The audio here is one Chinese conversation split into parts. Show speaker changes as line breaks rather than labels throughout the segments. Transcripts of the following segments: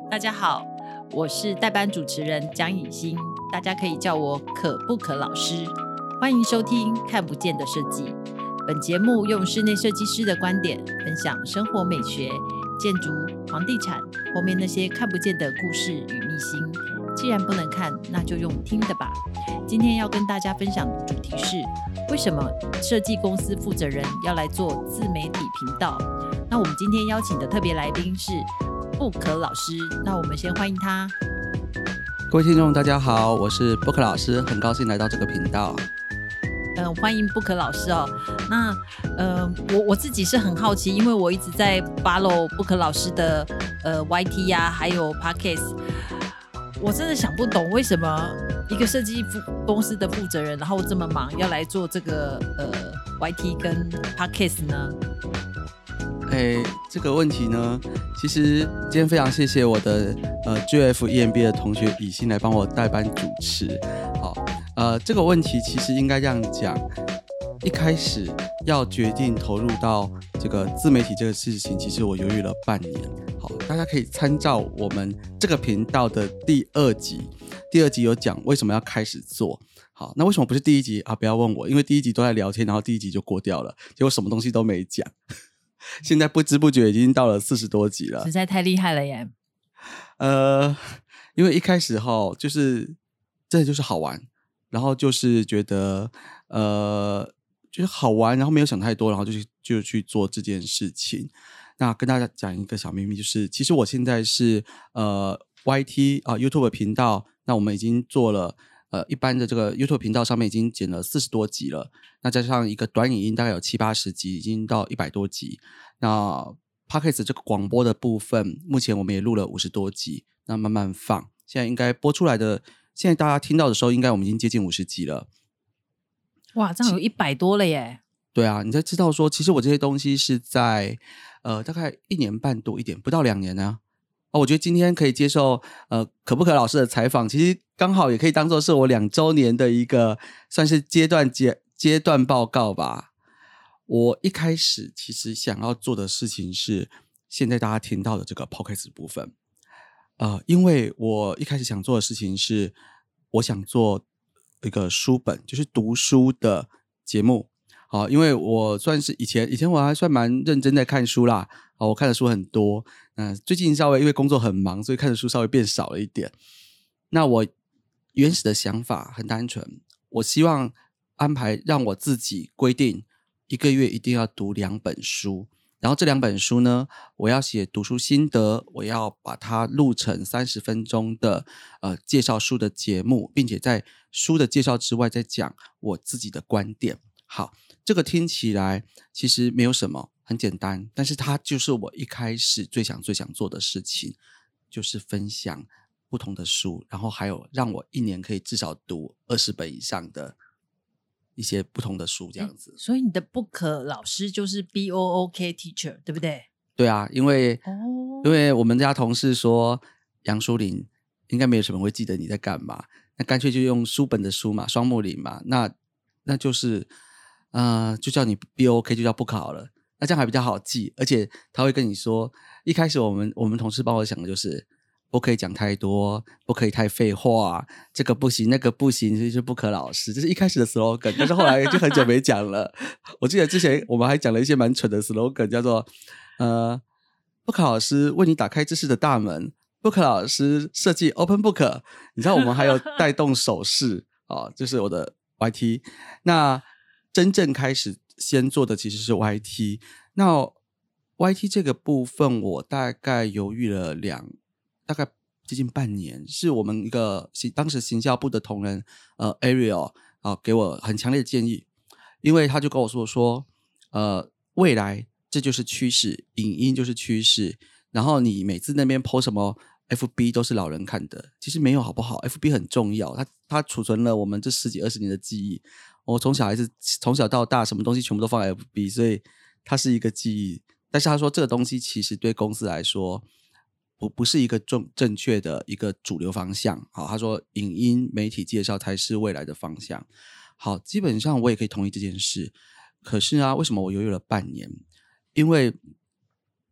大家好，我是代班主持人江以欣，大家可以叫我可不可老师。欢迎收听看不见的设计。本节目用室内设计师的观点分享生活美学、建筑、房地产后面那些看不见的故事与秘辛。既然不能看，那就用听的吧。今天要跟大家分享的主题是：为什么设计公司负责人要来做自媒体频道？那我们今天邀请的特别来宾是不可老师，那我们先欢迎他。
各位听众大家好，我是不可老师，很高兴来到这个频道。
欢迎不可老师哦。那我自己是很好奇，因为我一直在 follow 不可老师的YT 啊，还有 Podcast， 我真的想不懂为什么一个设计公司的负责人，然后这么忙要来做这个YT 跟 Podcast 呢？
这个问题呢，其实今天非常谢谢我的GF EMBA 的同学以欣来帮我代班主持。好，这个问题其实应该这样讲，一开始要决定投入到这个自媒体这个事情，其实我犹豫了半年。好，大家可以参照我们这个频道的第二集有讲为什么要开始做。好，那为什么不是第一集啊？不要问我，因为第一集都在聊天，然后第一集就过掉了，结果什么东西都没讲。现在不知不觉已经到了40多集了，
实在太厉害了耶。
因为一开始就是真的就是好玩，然后就是觉得就是好玩，然后没有想太多，然后就去做这件事情。那跟大家讲一个小秘密，就是其实我现在是YT YouTube 频道，那我们已经做了一般的这个 YouTube 频道上面已经剪了40多集了，那加上一个短影音大概有70-80集，已经到100多集。那 Podcast 这个广播的部分，目前我们也录了50多集，那慢慢放，现在应该播出来的，现在大家听到的时候，应该我们已经接近50集了。
哇，这样有100多了耶。
对啊，你才知道说，其实我这些东西是在大概1年半多一点，不到2年呢。我觉得今天可以接受可不可老师的采访，其实刚好也可以当做是我2周年的一个算是阶段报告吧。我一开始其实想要做的事情是现在大家听到的这个 Podcast 部分，因为我一开始想做的事情是我想做一个书本，就是读书的节目。好，因为我算是以前我还算蛮认真在看书啦，我看的书很多。最近稍微因为工作很忙，所以看的书稍微变少了一点。那我原始的想法很单纯，我希望安排让我自己规定1个月一定要读2本书，然后这2本书呢，我要写读书心得，我要把它录成30分钟的介绍书的节目，并且在书的介绍之外再讲我自己的观点。好，这个听起来其实没有什么，很简单，但是它就是我一开始最想做的事情，就是分享不同的书，然后还有让我1年可以至少读20本以上的一些不同的书这样子。
所以你的不可老师就是 BOOK teacher 对不对？
对啊，因为我们家同事说杨淑玲应该没有什么人会记得你在干嘛，那干脆就用书本的书嘛，双木林嘛，那就是就叫你 BOK 就叫不可好了，那这样还比较好记，而且他会跟你说，一开始我们同事帮我想的就是不可以讲太多，不可以太废话，这个不行那个不行，就是不可老师，这是一开始的 slogan， 但是后来就很久没讲了。我记得之前我们还讲了一些蛮蠢的 slogan， 叫做不可老师为你打开知识的大门，不可老师设计 open book。 你知道我们还有带动手势就是我的 YT。 那真正开始先做的其实是 YT。 那 YT 这个部分我大概犹豫了大概接近半年，是我们一个当时行销部的同仁Ariel 给我很强烈的建议，因为他就跟我说未来这就是趋势，影音就是趋势，然后你每次那边 po 什么 FB 都是老人看的，其实没有好不好， FB 很重要，它储存了我们这10几20年的记忆。我从小到大什么东西全部都放在 FB， 所以它是一个记忆。但是他说这个东西其实对公司来说不是一个正确的一个主流方向。好，他说影音媒体介绍才是未来的方向。好，基本上我也可以同意这件事。可是为什么我犹豫了半年？因为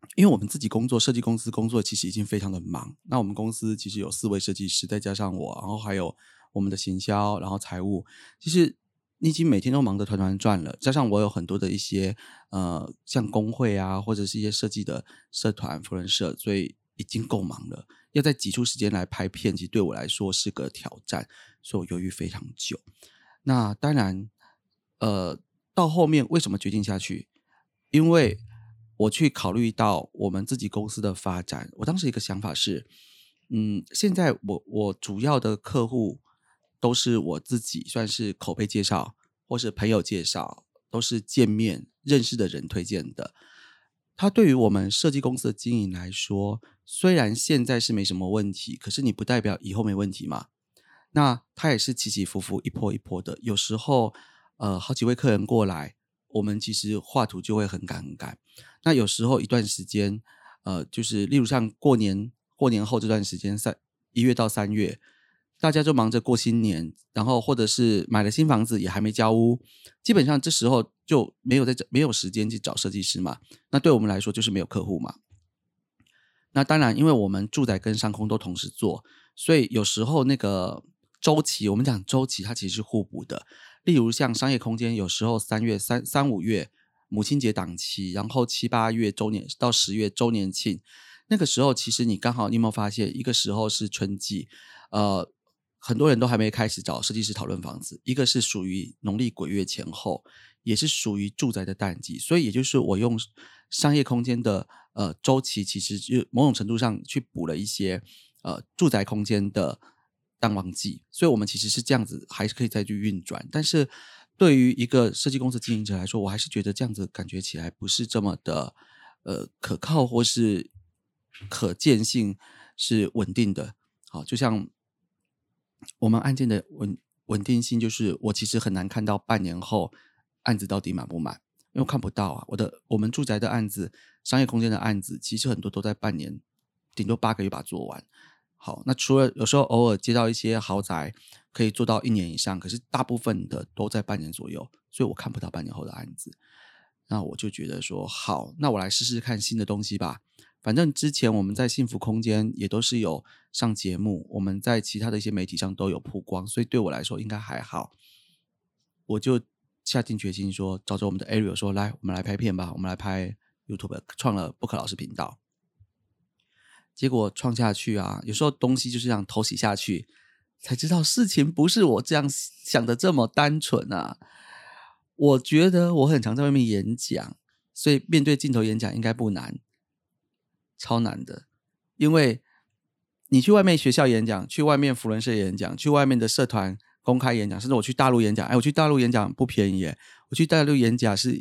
因为我们自己工作，设计公司工作其实已经非常的忙。那我们公司其实有4位设计师，再加上我，然后还有我们的行销，然后财务，其实你已经每天都忙得团团转了。加上我有很多的一些像工会啊，或者是一些设计的社团、福人社，所以已经够忙了。要再挤出时间来拍片，其实对我来说是个挑战，所以我犹豫非常久。那当然，到后面为什么决定下去？因为我去考虑到我们自己公司的发展，我当时一个想法是，现在我主要的客户都是我自己算是口碑介绍，或是朋友介绍，都是见面认识的人推荐的。它对于我们设计公司的经营来说，虽然现在是没什么问题，可是你不代表以后没问题嘛。那它也是起起伏伏，一波一波的。有时候，好几位客人过来，我们其实画图就会很赶很赶。那有时候一段时间，就是例如像过年后这段时间，1月到3月，大家就忙着过新年，然后或者是买了新房子也还没交屋，基本上这时候就没有时间去找设计师嘛。那对我们来说就是没有客户嘛。那当然，因为我们住宅跟商空都同时做，所以有时候那个周期，我们讲周期，它其实是互补的。例如像商业空间，有时候3、5月母亲节档期，然后7、8月周年到10月周年庆，那个时候其实你刚好，你有没有发现，一个时候是春季，很多人都还没开始找设计师讨论房子，一个是属于农历鬼月前后，也是属于住宅的淡季，所以也就是我用商业空间的周期，其实就某种程度上去补了一些住宅空间的淡旺季，所以我们其实是这样子，还是可以再去运转。但是对于一个设计公司经营者来说，我还是觉得这样子感觉起来不是这么的可靠，或是可见性是稳定的。好，就像我们案件的稳定性，就是我其实很难看到半年后案子到底满不满，因为我看不到啊。我们住宅的案子、商业空间的案子，其实很多都在半年，顶多8个月把它做完。好，那除了有时候偶尔接到一些豪宅，可以做到1年以上，可是大部分的都在半年左右，所以我看不到半年后的案子。那我就觉得说，好，那我来试试看新的东西吧。反正之前我们在幸福空间也都是有上节目，我们在其他的一些媒体上都有曝光，所以对我来说应该还好。我就下定决心说，找着我们的 Ariel 说，来，我们来拍片吧，我们来拍 YouTube，创了不可老师频道。结果创下去啊，有时候东西就是这样头洗下去，才知道事情不是我这样想的这么单纯啊。我觉得我很常在外面演讲，所以面对镜头演讲应该不难，超难的。因为你去外面学校演讲，去外面福伦社演讲，去外面的社团公开演讲，甚至我去大陆演讲，我去大陆演讲不便宜耶，我去大陆演讲是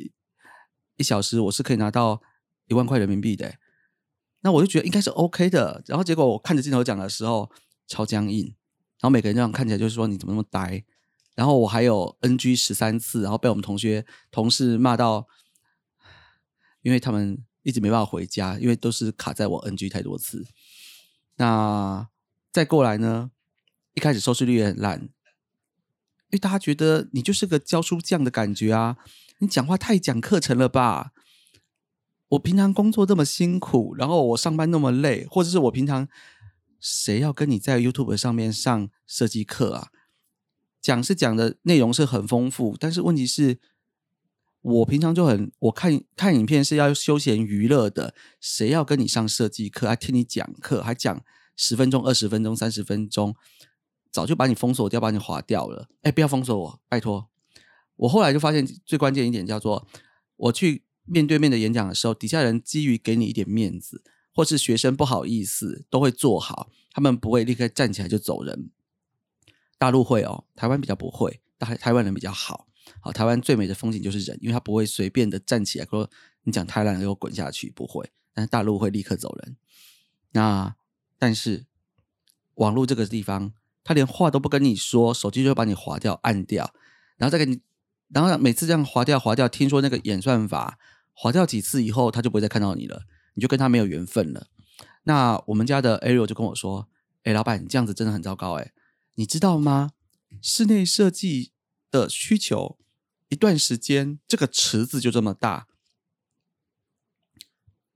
1小时我是可以拿到1万块人民币的耶。那我就觉得应该是 OK 的，然后结果我看着镜头讲的时候超僵硬，然后每个人这样看起来就是说你怎么那么呆，然后我还有 NG 13次，然后被我们同事骂到，因为他们一直没办法回家，因为都是卡在我 NG 太多次。那再过来呢，一开始收视率也很烂，因为大家觉得你就是个教书匠的感觉啊，你讲话太讲课程了吧。我平常工作这么辛苦，然后我上班那么累，或者是我平常谁要跟你在 YouTube 上面上设计课啊？讲是讲的内容是很丰富，但是问题是我平常就我看影片是要休闲娱乐的，谁要跟你上设计课，还听你讲课，还讲10分钟、20分钟、30分钟，早就把你封锁掉，把你划掉了。不要封锁我，拜托。我后来就发现最关键一点叫做，我去面对面的演讲的时候，底下人基于给你一点面子，或是学生不好意思，都会做好，他们不会立刻站起来就走人。大陆会哦，台湾比较不会，台湾人比较好。好，台湾最美的风景就是人，因为他不会随便的站起来说你讲太烂了给我滚下去，不会。但是大陆会立刻走人。但是网络这个地方，他连话都不跟你说，手机就会把你划掉按掉，然后再给你，然后每次这样划掉，听说那个演算法划掉几次以后，他就不会再看到你了，你就跟他没有缘分了。那我们家的 Ariel 就跟我说，老板，你这样子真的很糟糕你知道吗？室内设计的需求一段时间这个池子就这么大，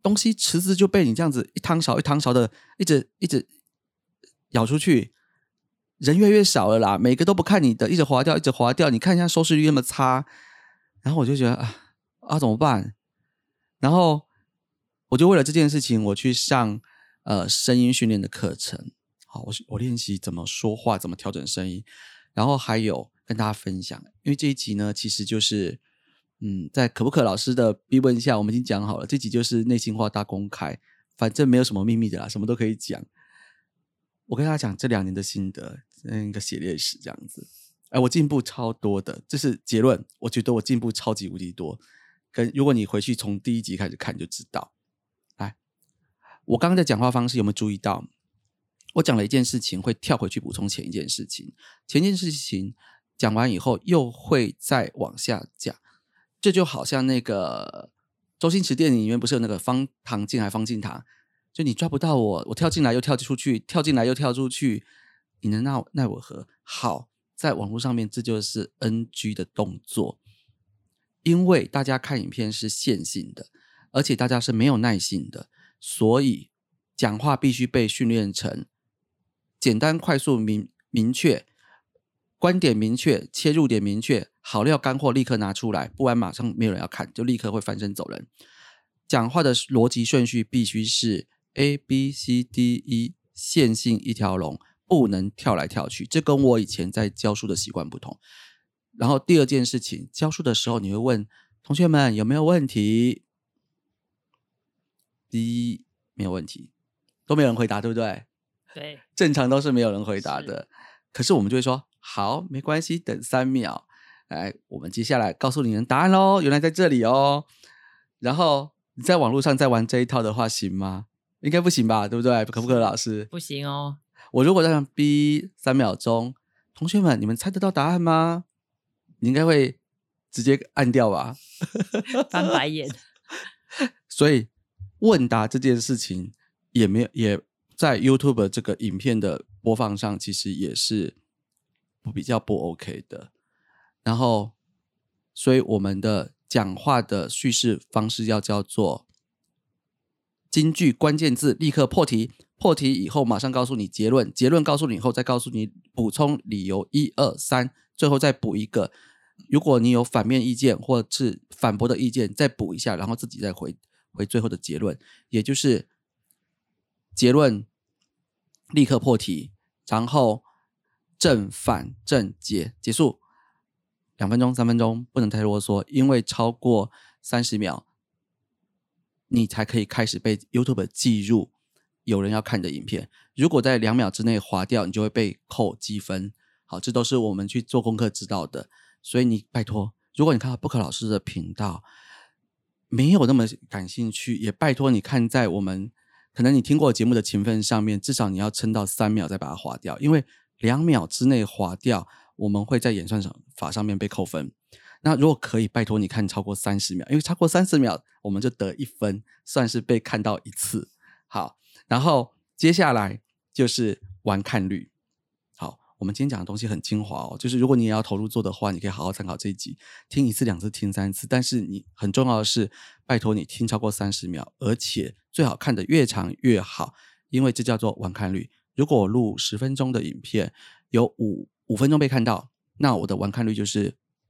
东西池子就被你这样子一汤勺一汤勺的一直舀出去，人越来越少了啦，每个都不看你的，一直滑掉一直滑掉，你看一下收视率那么差，然后我就觉得怎么办？然后我就为了这件事情我去上声音训练的课程。好，我练习怎么说话，怎么调整声音，然后还有跟大家分享，因为这一集呢其实就是在可不可老师的逼问下，我们已经讲好了，这集就是内心话大公开，反正没有什么秘密的啦，什么都可以讲。我跟大家讲这2年的心得，一个血泪史这样子。我进步超多的，这是结论，我觉得我进步超级无敌多，如果你回去从第1集开始看就知道。来，我刚刚的讲话方式有没有注意到，我讲了一件事情会跳回去补充前一件事情，前一件事情讲完以后又会再往下讲，这就好像那个周星驰电影里面不是有那个方唐镜还方镜堂，就你抓不到我跳进来又跳出去，跳进来又跳出去，你能奈我何？好，在网络上面这就是 NG 的动作，因为大家看影片是线性的，而且大家是没有耐性的，所以讲话必须被训练成简单快速明确，观点明确，切入点明确，好料干货立刻拿出来，不然马上没有人要看，就立刻会翻身走人。讲话的逻辑顺序必须是 A B C D E 线性一条龙，不能跳来跳去，这跟我以前在教书的习惯不同。然后第2件事情，教书的时候你会问同学们有没有问题，第一没有问题，都没有人回答，对不对？
对，
正常都是没有人回答的。可是我们就会说好，没关系，等3秒，来，我们接下来告诉你的答案咯，原来在这里哦。然后你在网络上再玩这一套的话行吗？应该不行吧，对不对？可不可老师？
不行哦。
我如果在那逼3秒钟，同学们你们猜得到答案吗？你应该会直接按掉吧。
翻白眼。
所以问答这件事情也在 YouTube 这个影片的播放上其实也是比较不 OK 的。然后所以我们的讲话的叙事方式要叫做金句关键字立刻破题，破题以后马上告诉你结论，结论告诉你以后再告诉你补充理由1、2、3，最后再补一个，如果你有反面意见或是反驳的意见再补一下，然后自己再回最后的结论，也就是结论立刻破题，然后正反正结束，2分钟3分钟，不能太啰嗦，因为超过30秒你才可以开始被 YouTube 记入有人要看你的影片，如果在2秒之内划掉，你就会被扣积分。好，这都是我们去做功课知道的，所以你拜托，如果你看到不可老师的频道没有那么感兴趣，也拜托你看在我们可能你听过节目的情分上面，至少你要撑到3秒再把它划掉，因为2秒之内划掉我们会在演算法上面被扣分。那如果可以拜托你看超过30秒，因为超过30秒我们就得1分，算是被看到1次。好，然后接下来就是玩看率。好，我们今天讲的东西很精华哦，就是如果你也要投入做的话，你可以好好参考这一集，听1次2次听3次，但是你很重要的是拜托你听超过30秒，而且最好看的越长越好，因为这叫做玩看率。如果我录10分钟的影片有5分钟被看到，那我的玩看率就是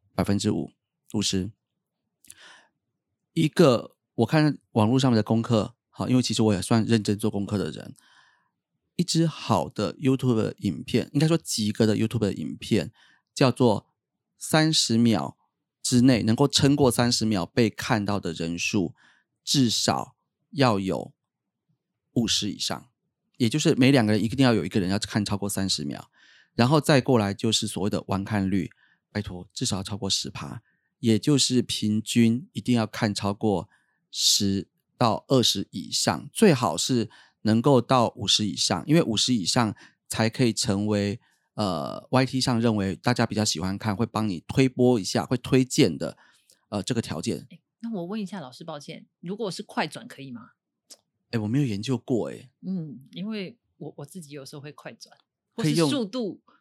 5%， 50%。一个我看网络上面的功课，好，因为其实我也算认真做功课的人，一支好的 YouTube 的影片，应该说几个的 YouTube 的影片叫做30秒之内能够撑过30秒被看到的人数至少要有50以上，也就是每2个人一定要有1个人要看超过30秒，然后再过来就是所谓的观看率，拜托至少要超过 10%， 也就是平均一定要看超过10到20以上，最好是能够到50以上，因为50以上才可以成为YT 上认为大家比较喜欢看，会帮你推播一下，会推荐的这个条件。
那我问一下老师，抱歉，如果是快转可以吗？
我没有研究过
因为我自己有时候会快转，或
可以用
是速度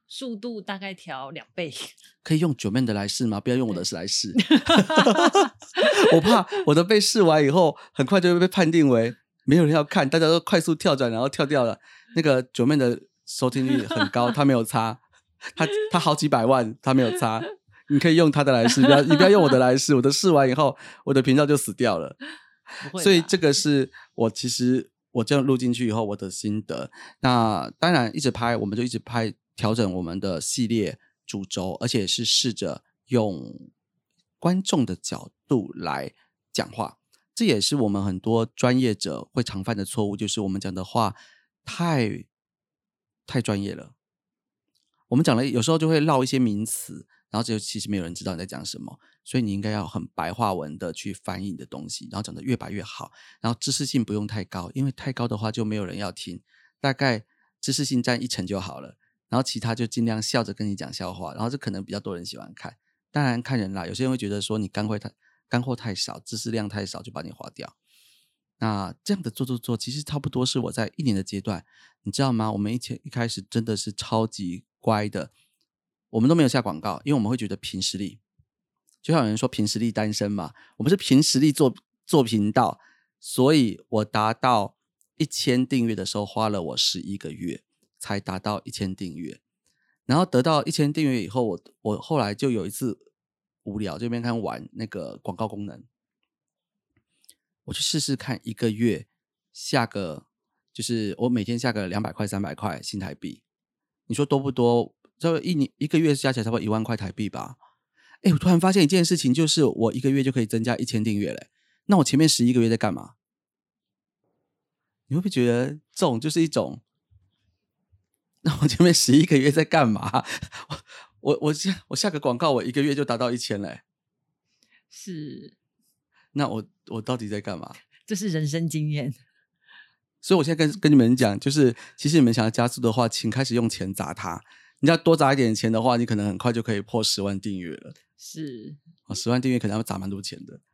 速度大概调2倍。
可以用9man 的来试吗？不要用我的来试。我怕我的被试完以后，很快就会被判定为没有人要看，大家都快速跳转，然后跳掉了。那个9man 的收听率很高，他没有差，他好几百万，他没有差。你可以用他的来试，你不要用我的来试。我的试完以后，我的频道就死掉了。所以这个是其实我这样录进去以后我的心得。那当然一直拍，我们就一直拍，调整我们的系列主轴，而且是试着用观众的角度来讲话。这也是我们很多专业者会常犯的错误，就是我们讲的话太专业了。我们讲了有时候就会绕一些名词，然后就其实没有人知道你在讲什么，所以你应该要很白话文的去翻译你的东西，然后讲得越白越好，然后知识性不用太高，因为太高的话就没有人要听，大概知识性占1成就好了，然后其他就尽量笑着跟你讲笑话，然后这可能比较多人喜欢看。当然看人啦，有些人会觉得说你干货太少，知识量太少，就把你划掉。那这样的做，其实差不多是我在1年的阶段，你知道吗？我们一开始真的是超级乖的，我们都没有下广告，因为我们会觉得凭实力，就像有人说凭实力单身嘛，我们是凭实力做频道，所以我达到1000订阅的时候花了我11个月才达到1000订阅，然后得到1000订阅以后，我后来就有一次无聊这边看玩那个广告功能，我去试试看1个月下个，就是我每天下个200块300块新台币，你说多不多？这一个月加起来差不多1万块台币吧。我突然发现一件事情，就是我1个月就可以增加1000订阅了。那我前面11个月在干嘛？你会不会觉得这种就是一种？那我前面11个月在干嘛？我下个广告，我1个月就达到1000了。
是。
那我到底在干嘛？
这是人生经验。
所以我现在跟你们讲，就是其实你们想要加速的话，请开始用钱砸它。你要多砸一点钱的话，你可能很快就可以破10万订阅了。
是
10万订阅可能要砸蛮多钱的。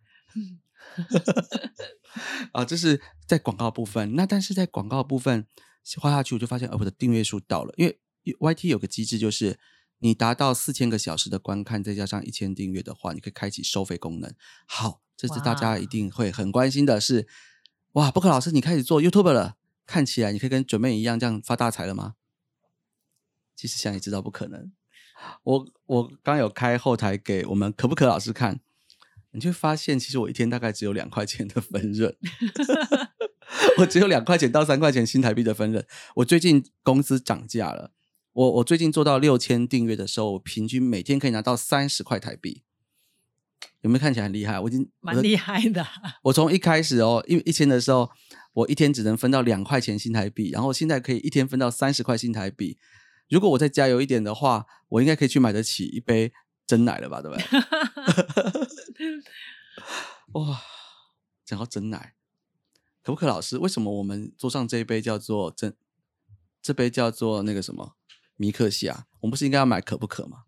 这是在广告部分。那但是在广告部分花下去，我就发现我的订阅数到了，因为 YT 有个机制，就是你达到4000个小时的观看，再加上1000订阅的话，你可以开启收费功能。好，这是大家一定会很关心的是，哇，Book老师你开始做 YouTube 了，看起来你可以跟准妹一样这样发大财了吗？其实想也知道不可能。我刚有开后台给我们可不可老师看，你就会发现其实我一天大概只有2块钱的分润。我只有2块钱到3块钱新台币的分润。我最近公司涨价了，我最近做到6000订阅的时候，我平均每天可以拿到30块台币。有没有看起来很厉害？我已经
蛮厉害的。
我从一开始因为1000的时候，我一天只能分到2块钱新台币，然后现在可以一天分到30块新台币。如果我再加油一点的话，我应该可以去买得起一杯珍奶了吧，对不对？哇，讲到珍奶，可不可老师，为什么我们桌上这一杯叫做这杯叫做那个什么米克夏？我们不是应该要买可不可吗？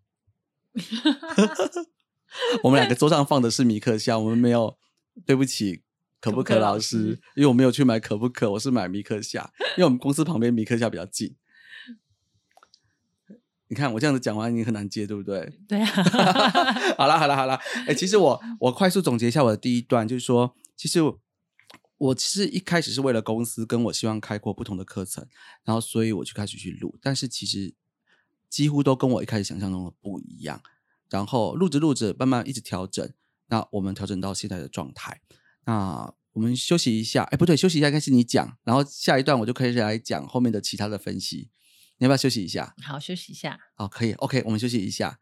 我们2个桌上放的是米克夏，我们没有，对不起可不可老师，因为我没有去买可不可，我是买米克夏，因为我们公司旁边米克夏比较近。你看我这样子讲完你很难接，对不对？
对啊。
好啦其实我快速总结一下我的第一段，就是说其实我是一开始是为了公司跟我希望开阔不同的课程，然后所以我就开始去录，但是其实几乎都跟我一开始想象中的不一样，然后录着慢慢一直调整，那我们调整到现在的状态。那我们休息一下，不对，休息一下应该是你讲，然后下一段我就可以来讲后面的其他的分析。你要不要休息一下？
好，休息一下。
好，可以 OK， 我们休息一下。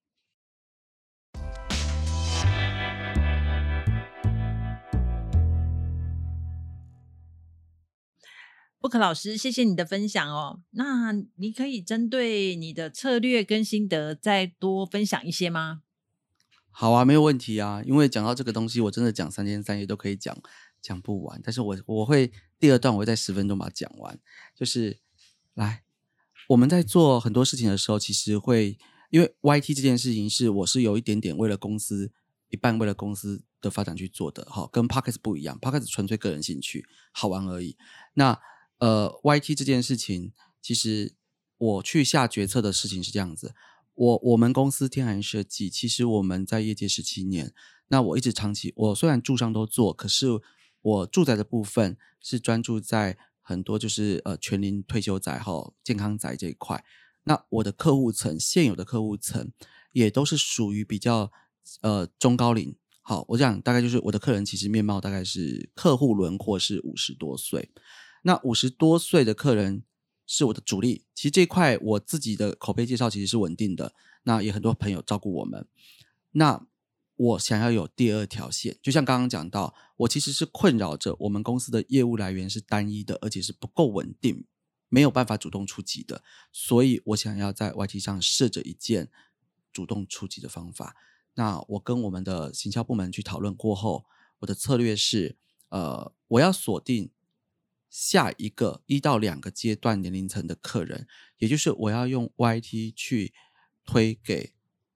Book老师，谢谢你的分享哦。那你可以针对你的策略跟心得再多分享一些吗？
好啊，没有问题啊。因为讲到这个东西，我真的讲3天3夜都可以讲不完。但是我会第2段我会在10分钟把它讲完。就是来，我们在做很多事情的时候，其实会因为 YT 这件事情我是有一点点为了公司，一半为了公司的发展去做的，跟 Podcast 不一样。Podcast 纯粹个人兴趣，好玩而已。那YT 这件事情，其实我去下决策的事情是这样子，我们公司天涵设计，其实我们在业界17年，那我一直长期，我虽然住商都做，可是我住宅的部分是专注在很多就是全龄退休宅健康宅这一块。那我的客户层，现有的客户层也都是属于比较中高龄。好，我讲大概就是我的客人其实面貌大概是客户轮廓是50多岁。那50多岁的客人是我的主力，其实这一块我自己的口碑介绍其实是稳定的，那也很多朋友照顾我们。那我想要有第二条线，就像刚刚讲到，我其实是困扰着我们公司的业务来源是单一的，而且是不够稳定，没有办法主动出击的，所以我想要在 YT 上设着一件主动出击的方法。那我跟我们的行销部门去讨论过后，我的策略是我要锁定下一个1到2个阶段年龄层的客人，也就是我要用 YT 去推给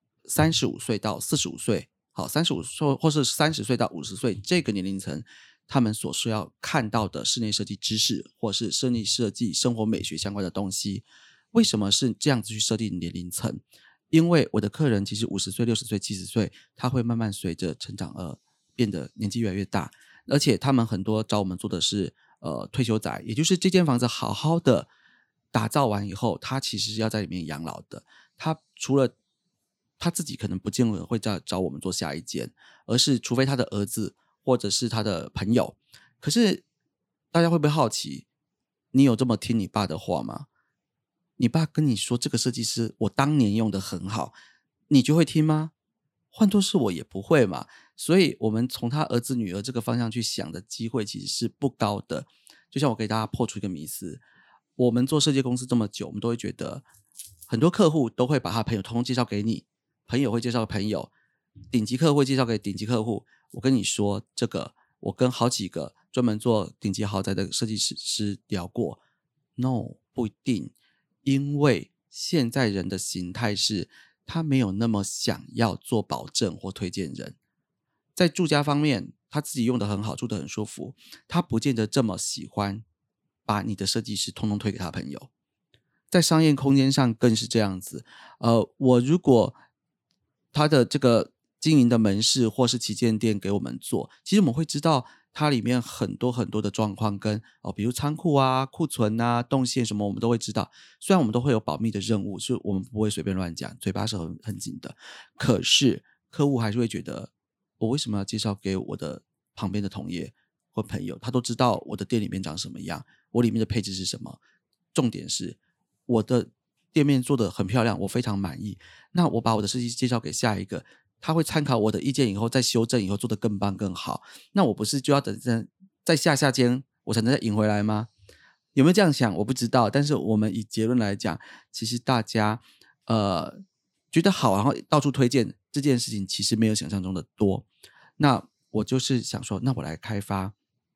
35岁到45岁，好，35岁或是30岁到50岁这个年龄层，他们所需要看到的室内设计知识，或是室内设计、生活美学相关的东西。为什么是这样子去设定年龄层？因为我的客人其实50岁、60岁、70岁，他会慢慢随着成长而变得年纪越来越大，而且他们很多找我们做的是退休宅，也就是这间房子好好的打造完以后，他其实是要在里面养老的。他除了他自己可能不见得会找我们做下一间，而是除非他的儿子或者是他的朋友。可是大家会不会好奇，你有这么听你爸的话吗？你爸跟你说这个设计师我当年用的很好，你就会听吗？换作是我也不会嘛。所以我们从他儿子女儿这个方向去想的机会其实是不高的。就像我给大家破除一个迷思，我们做设计公司这么久，我们都会觉得很多客户都会把他朋友通通介绍给你，朋友会介绍朋友，顶级客户会介绍给顶级客户。我跟你说这个，我跟好几个专门做顶级豪宅的设计师聊过， No， 不一定。因为现在人的形态是他没有那么想要做保证或推荐人，在住家方面他自己用得很好，住得很舒服，他不见得这么喜欢把你的设计师通通推给他朋友。在商业空间上更是这样子，我如果他的这个经营的门市或是旗舰店给我们做，其实我们会知道它里面很多很多的状况跟比如仓库啊、库存啊、动线什么我们都会知道。虽然我们都会有保密的任务，所以我们不会随便乱讲，嘴巴是很紧的。可是客户还是会觉得，我为什么要介绍给我的旁边的同业或朋友？他都知道我的店里面长什么样，我里面的配置是什么。重点是我的店面做得很漂亮，我非常满意。那我把我的设计介绍给下一个，他会参考我的意见以后再修正，以后做得更棒更好。那我不是就要等在下间我才能再赢回来吗？有没有这样想我不知道，但是我们以结论来讲，其实大家觉得好然后到处推荐这件事情其实没有想象中的多。那我就是想说，那我来开发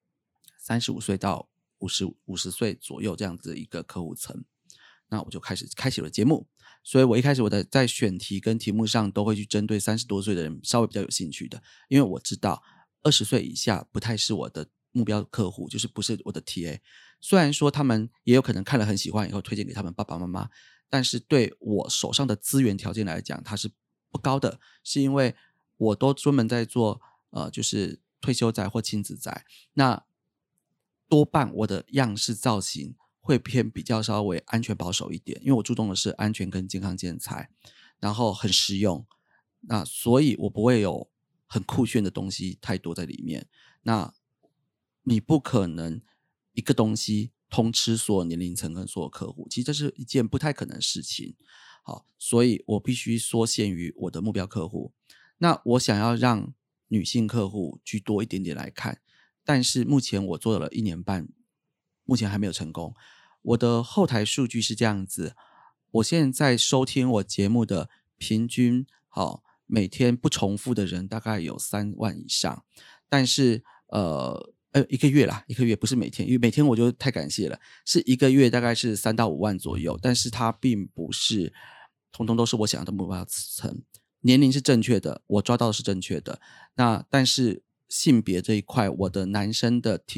35岁到50岁左右这样子的一个客户层。那我就开启了节目，所以我一开始我在选题跟题目上都会去针对30多岁的人稍微比较有兴趣的，因为我知道20岁以下不太是我的目标客户，就是不是我的 TA。 虽然说他们也有可能看了很喜欢以后推荐给他们爸爸妈妈，但是对我手上的资源条件来讲它是不高的，是因为我都专门在做就是退休宅或亲子宅，那多半我的样式造型会偏比较稍微安全保守一点，因为我注重的是安全跟健康建材，然后很实用，那所以我不会有很酷炫的东西太多在里面。那你不可能一个东西通吃所有年龄层跟所有客户，其实这是一件不太可能的事情。好，所以我必须缩限于我的目标客户。那我想要让女性客户居多一点点来看，但是目前我做了1年半，目前还没有成功。我的后台数据是这样子，我现在收听我节目的平均每天不重复的人大概有3万以上，但是一个月啦，一个月不是每天，因为每天我就太感谢了，是一个月大概是3到5万左右，但是它并不是通通都是我想要的目标层。年龄是正确的，我抓到的是正确的，那但是性别这一块，我的男生的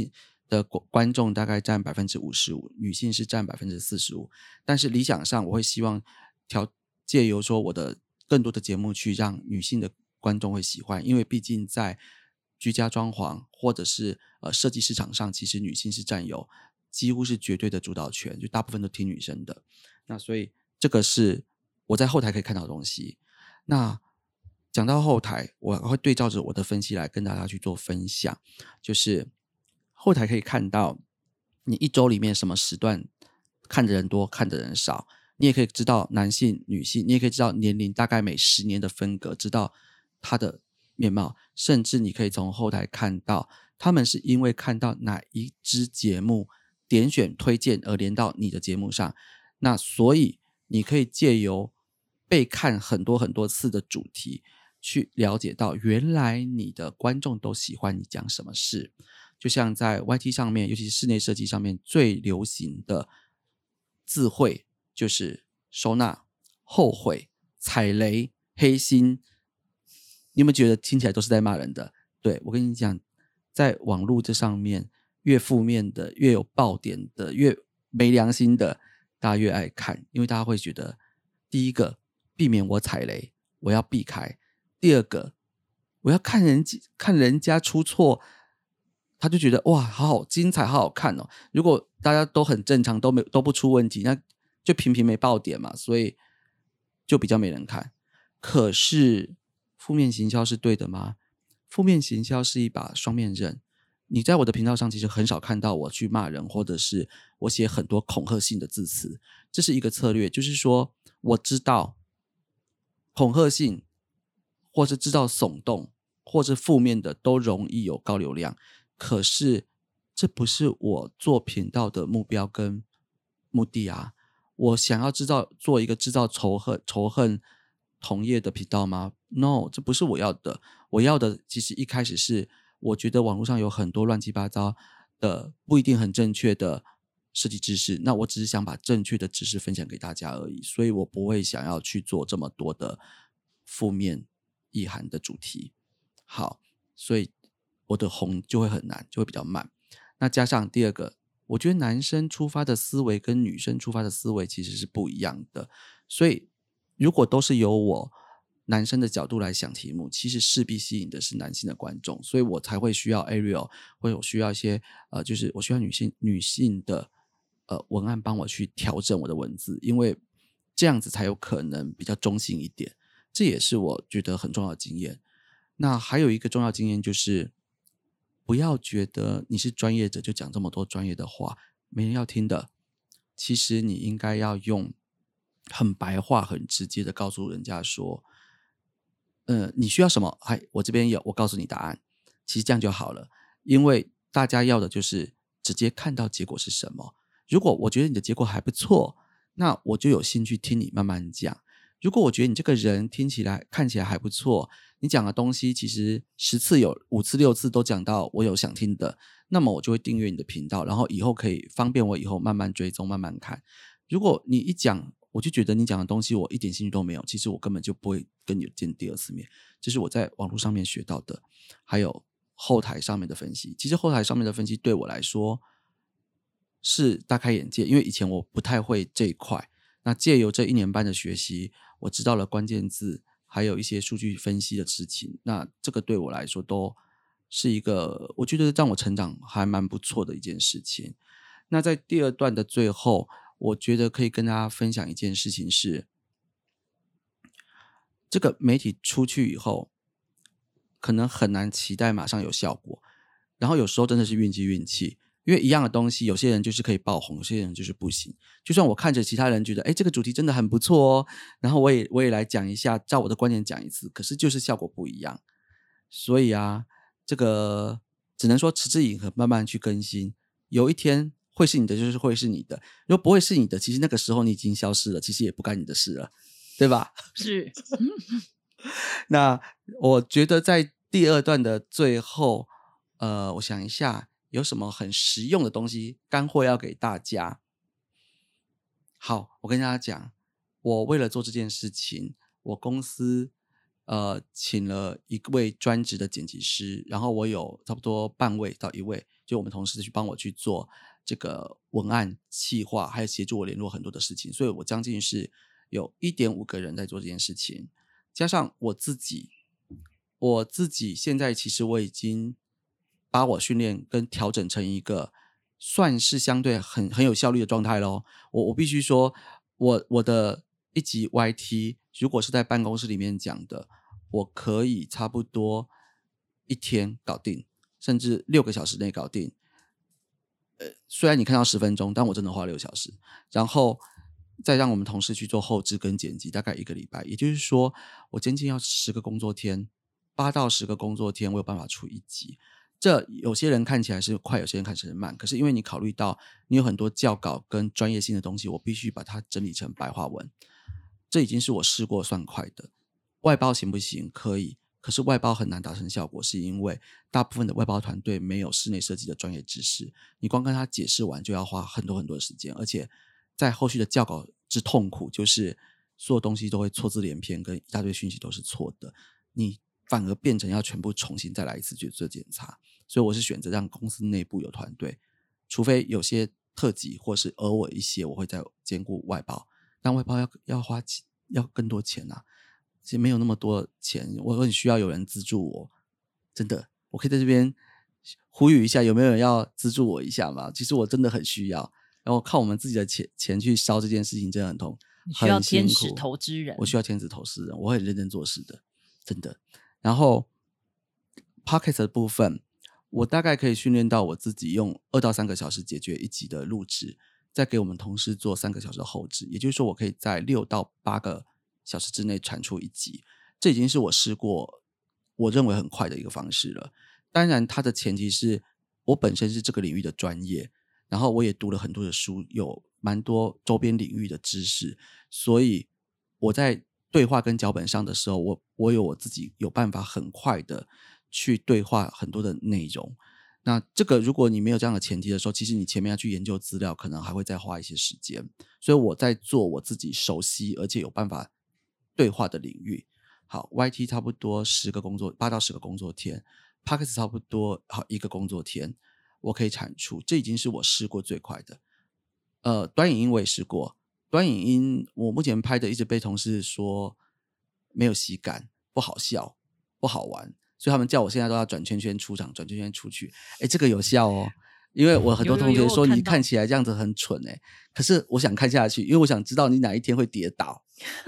的观众大概占55%，女性是占45%。但是理想上，我会希望借由说我的更多的节目去让女性的观众会喜欢，因为毕竟在居家装潢或者是设计市场上，其实女性是占有几乎是绝对的主导权，就大部分都听女生的。那所以这个是我在后台可以看到的东西。那讲到后台，我会对照着我的分析来跟大家去做分享，就是后台可以看到你一周里面什么时段看的人多，看的人少，你也可以知道男性、女性，你也可以知道年龄大概每10年的分隔，知道他的面貌，甚至你可以从后台看到他们是因为看到哪一支节目点选推荐而连到你的节目上。那所以你可以借由被看很多很多次的主题去了解到原来你的观众都喜欢你讲什么事。就像在 YT 上面，尤其是室内设计上面最流行的字汇就是收纳、后悔、踩雷、黑心。你有没有觉得听起来都是在骂人的？对，我跟你讲，在网络这上面越负面的，越有爆点的，越没良心的，大家越爱看，因为大家会觉得第一个避免我踩雷，我要避开；第二个我要看人家出错，他就觉得哇，好好精彩，好好看哦。如果大家都很正常，都不出问题，那就频频没爆点嘛，所以就比较没人看。可是负面行销是对的吗？负面行销是一把双面刃。你在我的频道上其实很少看到我去骂人，或者是我写很多恐吓性的字词。这是一个策略，就是说我知道恐吓性或是知道耸动或是负面的都容易有高流量，可是这不是我做频道的目标跟目的啊。我想要做一个制造仇恨同业的频道吗？ No， 这不是我要的。我要的其实一开始是我觉得网络上有很多乱七八糟的不一定很正确的设计知识，那我只是想把正确的知识分享给大家而已，所以我不会想要去做这么多的负面意涵的主题。好，所以我的红就会很难，就会比较慢。那加上第二个，我觉得男生出发的思维跟女生出发的思维其实是不一样的，所以如果都是由我男生的角度来想题目，其实势必吸引的是男性的观众，所以我才会需要 Ariel， 或者我需要一些就是我需要女性的文案帮我去调整我的文字，因为这样子才有可能比较中性一点。这也是我觉得很重要的经验。那还有一个重要经验就是，不要觉得你是专业者就讲这么多专业的话，没人要听的。其实你应该要用很白话、很直接的告诉人家说，你需要什么？我这边有，我告诉你答案。其实这样就好了，因为大家要的就是直接看到结果是什么。如果我觉得你的结果还不错，那我就有兴趣听你慢慢讲。如果我觉得你这个人看起来还不错，你讲的东西其实10次有5次6次都讲到我有想听的，那么我就会订阅你的频道，然后以后可以方便我以后慢慢追踪慢慢看。如果你一讲我就觉得你讲的东西我一点兴趣都没有，其实我根本就不会跟你见第二次面。这是我在网络上面学到的，还有后台上面的分析。其实后台上面的分析对我来说是大开眼界，因为以前我不太会这一块。那借由这1年半的学习，我知道了关键字，还有一些数据分析的事情。那这个对我来说都是一个我觉得让我成长还蛮不错的一件事情。那在第2段的最后，我觉得可以跟大家分享一件事情是，这个媒体出去以后，可能很难期待马上有效果，然后有时候真的是运气，因为一样的东西，有些人就是可以爆红，有些人就是不行。就算我看着其他人觉得，这个主题真的很不错哦，然后我也来讲一下，照我的观点讲一次，可是就是效果不一样。所以啊，这个只能说持之以恒，慢慢去更新，有一天会是你的就是会是你的，如果不会是你的，其实那个时候你已经消失了，其实也不干你的事了，对吧？
是。
那我觉得在第2段的最后，我想一下有什么很实用的东西干货要给大家。好，我跟大家讲，我为了做这件事情，我公司请了一位专职的剪辑师，然后我有差不多半位到1位， 就我们同事去帮我去做这个文案企划，还有协助我联络很多的事情，所以我将近是有 1.5 个人在做这件事情，加上我自己现在其实我已经把我训练跟调整成一个算是相对很有效率的状态咯。我必须说我的一集 YT 如果是在办公室里面讲的，我可以差不多1天搞定，甚至6个小时内搞定。虽然你看到10分钟，但我真的花6小时，然后再让我们同事去做后制跟剪辑，大概1个礼拜。也就是说，我将近要10个工作天，8到10个工作天，我有办法出1集。这有些人看起来是快，有些人看起来是慢。可是因为你考虑到你有很多校稿跟专业性的东西，我必须把它整理成白话文。这已经是我试过算快的。外包行不行？可以。可是外包很难达成效果，是因为大部分的外包团队没有室内设计的专业知识，你光跟他解释完就要花很多很多的时间，而且在后续的校稿之痛苦，就是所有东西都会错字连篇，跟一大堆讯息都是错的，你反而变成要全部重新再来一次去做检查。所以我是选择让公司内部有团队，除非有些特辑或是额外一些，我会再兼顾外包，但外包要更多钱啊。其实没有那么多钱，我很需要有人资助我，真的，我可以在这边呼吁一下，有没有人要资助我一下吗？其实我真的很需要，然后靠我们自己的钱去烧这件事情真的很痛，
你需要天使投资人，
我需要天使投资人，我会很认真做事的，真的。然后 Podcast 的部分，我大概可以训练到我自己用2到3个小时解决1集的录制，再给我们同事做3个小时的后制，也就是说我可以在6到8个小时之内产出1集，这已经是我试过我认为很快的一个方式了。当然它的前提是我本身是这个领域的专业，然后我也读了很多的书，有蛮多周边领域的知识，所以我在对话跟脚本上的时候，我有我自己有办法很快的去对话很多的内容。那这个如果你没有这样的前提的时候，其实你前面要去研究资料，可能还会再花一些时间。所以我在做我自己熟悉而且有办法对话的领域。好 ，YT 差不多8到10个工作天 ，Podcast 差不多1个工作天，我可以产出，这已经是我试过最快的。短影音我也试过，短影音我目前拍的一直被同事说没有喜感，不好笑，不好玩，所以他们叫我现在都要转圈圈出场，转圈圈出去。这个有效哦。因为我很多同学说你看起来这样子很蠢可是我想看下去，因为我想知道你哪一天会跌倒。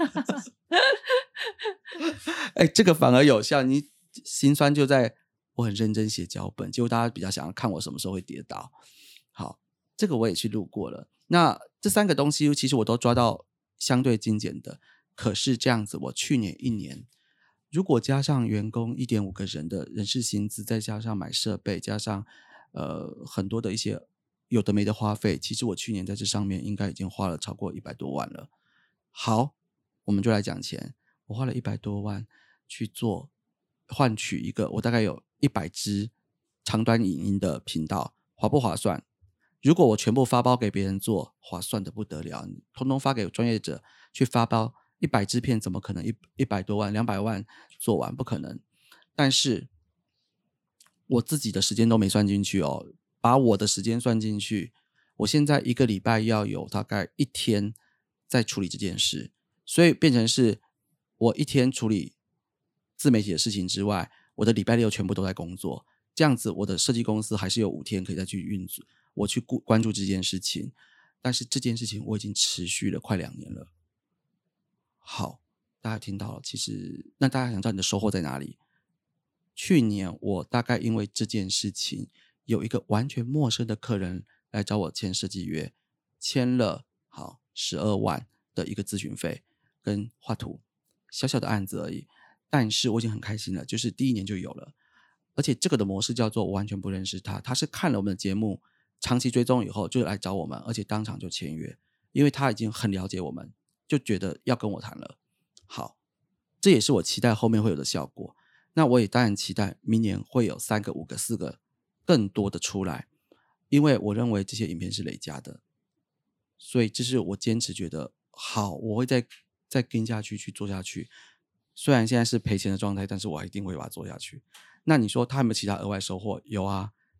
这个反而有效，你心酸就在我很认真写脚本，结果大家比较想要看我什么时候会跌倒。好，这个我也去录过了。那这3个东西其实我都抓到相对精简的，可是这样子我去年1年如果加上员工 1.5 个人的人事薪资，再加上买设备，加上很多的一些有的没的花费，其实我去年在这上面应该已经花了超过100多万了。好，我们就来讲钱，我花了100多万去做换取一个我大概有100支长短影音的频道，划不划算？如果我全部发包给别人做，划算的不得了，你通通发给专业者去发包，100支片怎么可能100多万200万做完？不可能。但是我自己的时间都没算进去哦，把我的时间算进去，我现在1个礼拜要有大概1天在处理这件事，所以变成是我1天处理自媒体的事情之外，我的礼拜6全部都在工作，这样子我的设计公司还是有5天可以再去运作，我去关注这件事情。但是这件事情我已经持续了快2年了。好，大家听到了，其实那大家想知道你的收获在哪里？去年我大概因为这件事情，有一个完全陌生的客人来找我签设计约，签了好12万的一个咨询费跟画图，小小的案子而已，但是我已经很开心了，就是第1年就有了。而且这个的模式叫做我完全不认识他，他是看了我们的节目长期追踪以后就来找我们，而且当场就签约，因为他已经很了解我们，就觉得要跟我谈了。好，这也是我期待后面会有的效果。那我也当然期待明年会有3个5个4个更多的出来，因为我认为这些影片是累加的，所以这是我坚持觉得好，我会再跟下去去做下去。虽然现在是赔钱的状态，但是我一定会把它做下去。那你说他有没有其他额外收获？有啊，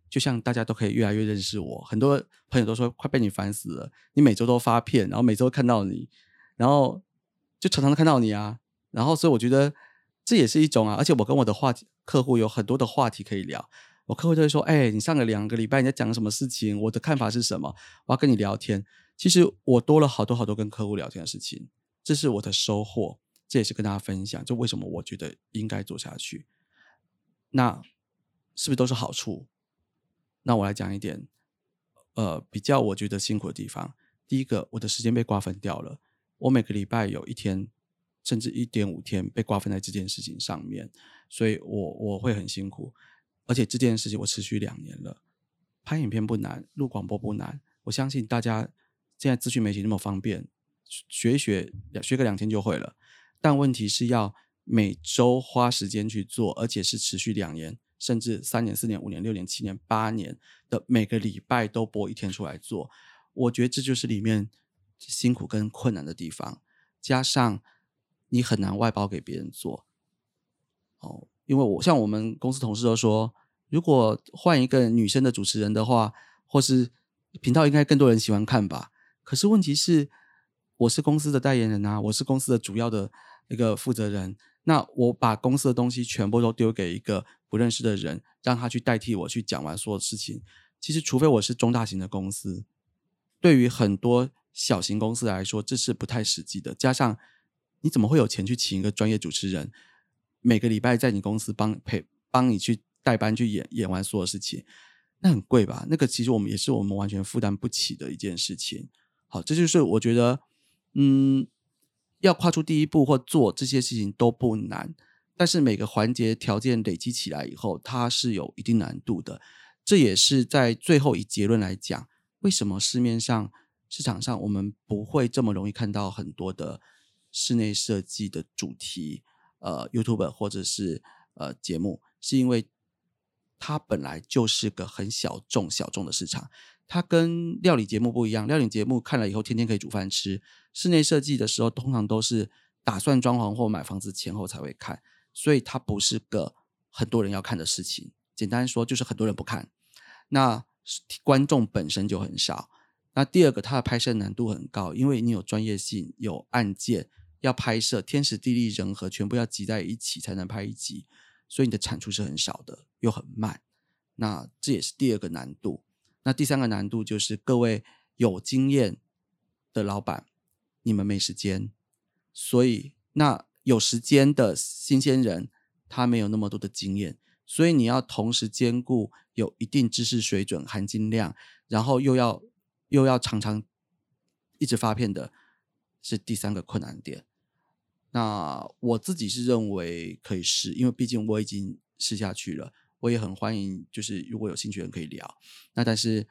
就像大家都可以越来越认识我，很多朋友都说快被你烦死了，你每周都发片，然后每周看到你，然后就常常看到你啊，然后所以我觉得这也是一种啊，而且我跟我的客户有很多的话题可以聊，我客户就会说你上个2个礼拜你在讲什么事情，我的看法是什么，我要跟你聊天。其实我多了好多好多跟客户聊天的事情，这是我的收获，这也是跟大家分享，就为什么我觉得应该做下去。那是不是都是好处？那我来讲一点比较我觉得辛苦的地方。第一个，我的时间被瓜分掉了，我每个礼拜有1天甚至 1.5 天被瓜分在这件事情上面，所以我会很辛苦。而且这件事情我持续2年了，拍影片不难，录广播不难，我相信大家现在资讯媒体那么方便，学一学个2天就会了。但问题是要每周花时间去做，而且是持续2年甚至3年4年5年6年7年8年的每个礼拜都播1天出来做，我觉得这就是里面辛苦跟困难的地方，加上你很难外包给别人做因为像我们公司同事都说，如果换一个女生的主持人的话，或是频道应该更多人喜欢看吧。可是问题是我是公司的代言人啊，我是公司的主要的一个负责人，那我把公司的东西全部都丢给一个不认识的人，让他去代替我去讲完所有事情，其实除非我是中大型的公司，对于很多小型公司来说这是不太实际的，加上你怎么会有钱去请一个专业主持人每个礼拜在你公司帮你去代班去演完所有事情，那很贵吧，那个其实也是我们完全负担不起的一件事情。好，这就是我觉得要跨出第一步或做这些事情都不难，但是每个环节条件累积起来以后它是有一定难度的，这也是在最后以结论来讲，为什么市场上我们不会这么容易看到很多的室内设计的主题YouTuber 或者是节目，是因为它本来就是个很小众的市场，它跟料理节目不一样，料理节目看了以后天天可以煮饭吃，室内设计的时候通常都是打算装潢或买房子前后才会看，所以它不是个很多人要看的事情，简单说就是很多人不看，那观众本身就很少。那第二个，它的拍摄难度很高，因为你有专业性，有案件要拍摄，天时地利人和全部要集在一起才能拍一集，所以你的产出是很少的，又很慢，那这也是第二个难度。那第三个难度就是各位有经验的老板，你们没时间，所以那有时间的新鲜人他没有那么多的经验，所以你要同时兼顾有一定知识水准含金量，然后又要常常一直发片的，是第三个困难点。那我自己是认为可以试，因为毕竟我已经试下去了，我也很欢迎就是如果有兴趣的人可以聊。那但是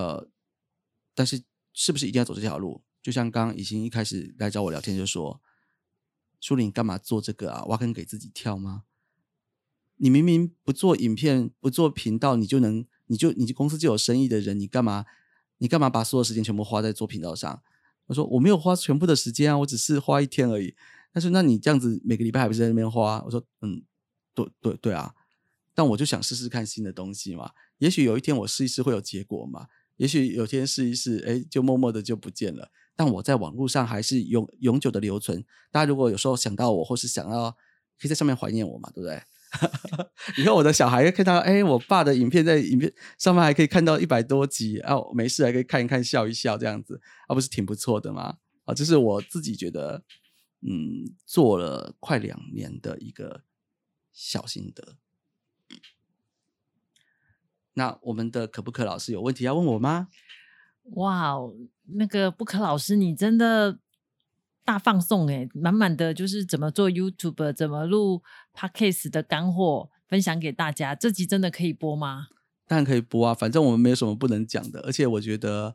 是不是一定要走这条路，就像刚刚以欣一开始来找我聊天就说，舒玲干嘛做这个啊，挖坑给自己跳吗？你明明不做影片不做频道，你公司就有生意的人，你干嘛把所有时间全部花在做频道上？我说我没有花全部的时间啊，我只是花1天而已。但是那你这样子每个礼拜还不是在那边花？我说对啊，但我就想试试看新的东西嘛，也许有一天我试一试会有结果嘛，也许有天试一试就默默的就不见了，但我在网络上还是永久的留存，大家如果有时候想到我或是想要可以在上面怀念我嘛，对不对？以后我的小孩看到我爸的影片在影片上面还可以看到100多集啊，没事还可以看一看笑一笑这样子不是挺不错的吗？这是我自己觉得做了快2年的一个小心得。那我们的可不可老师有问题要问我吗？
哇，那个不可老师你真的大放送满满的就是怎么做 YouTube 怎么录 Podcast 的干货分享给大家，这集真的可以播吗？
当然可以播啊，反正我们没有什么不能讲的，而且我觉得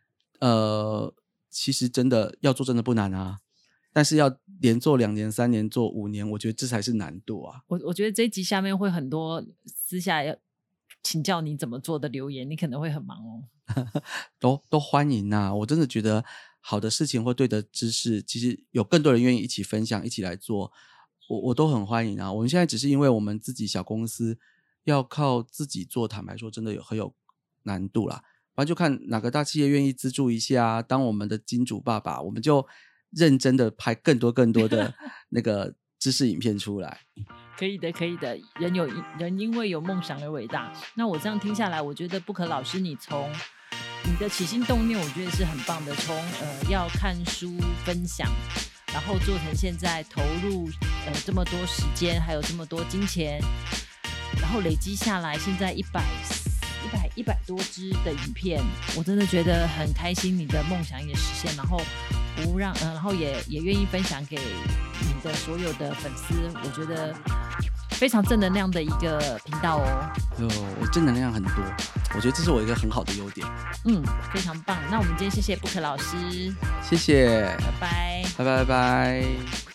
其实真的要做真的不难啊，但是要连做2年3年做5年，我觉得这才是难度啊。
我觉得这一集下面会很多私下要请教你怎么做的留言，你可能会很忙哦。
都欢迎啊，我真的觉得好的事情或对的知识，其实有更多人愿意一起分享一起来做，我都很欢迎啊。我们现在只是因为我们自己小公司要靠自己做，坦白说真的很有难度啦。不然就看哪个大企业愿意资助一下，当我们的金主爸爸，我们就认真的拍更多的那个知识影片出来。
可以的，可以的。人因为有梦想而伟大。那我这样听下来，我觉得不可老师，你从你的起心动念，我觉得是很棒的。从要看书分享，然后做成现在投入这么多时间，还有这么多金钱，然后累积下来，现在100多支的影片，我真的觉得很开心，你的梦想也实现，然后然后也愿意分享给你的所有的粉丝，我觉得非常正能量的一个频道哦。
我正能量很多，我觉得这是我一个很好的优点。
非常棒。那我们今天谢谢 Book 老师，
谢谢，
拜拜，
拜拜拜拜。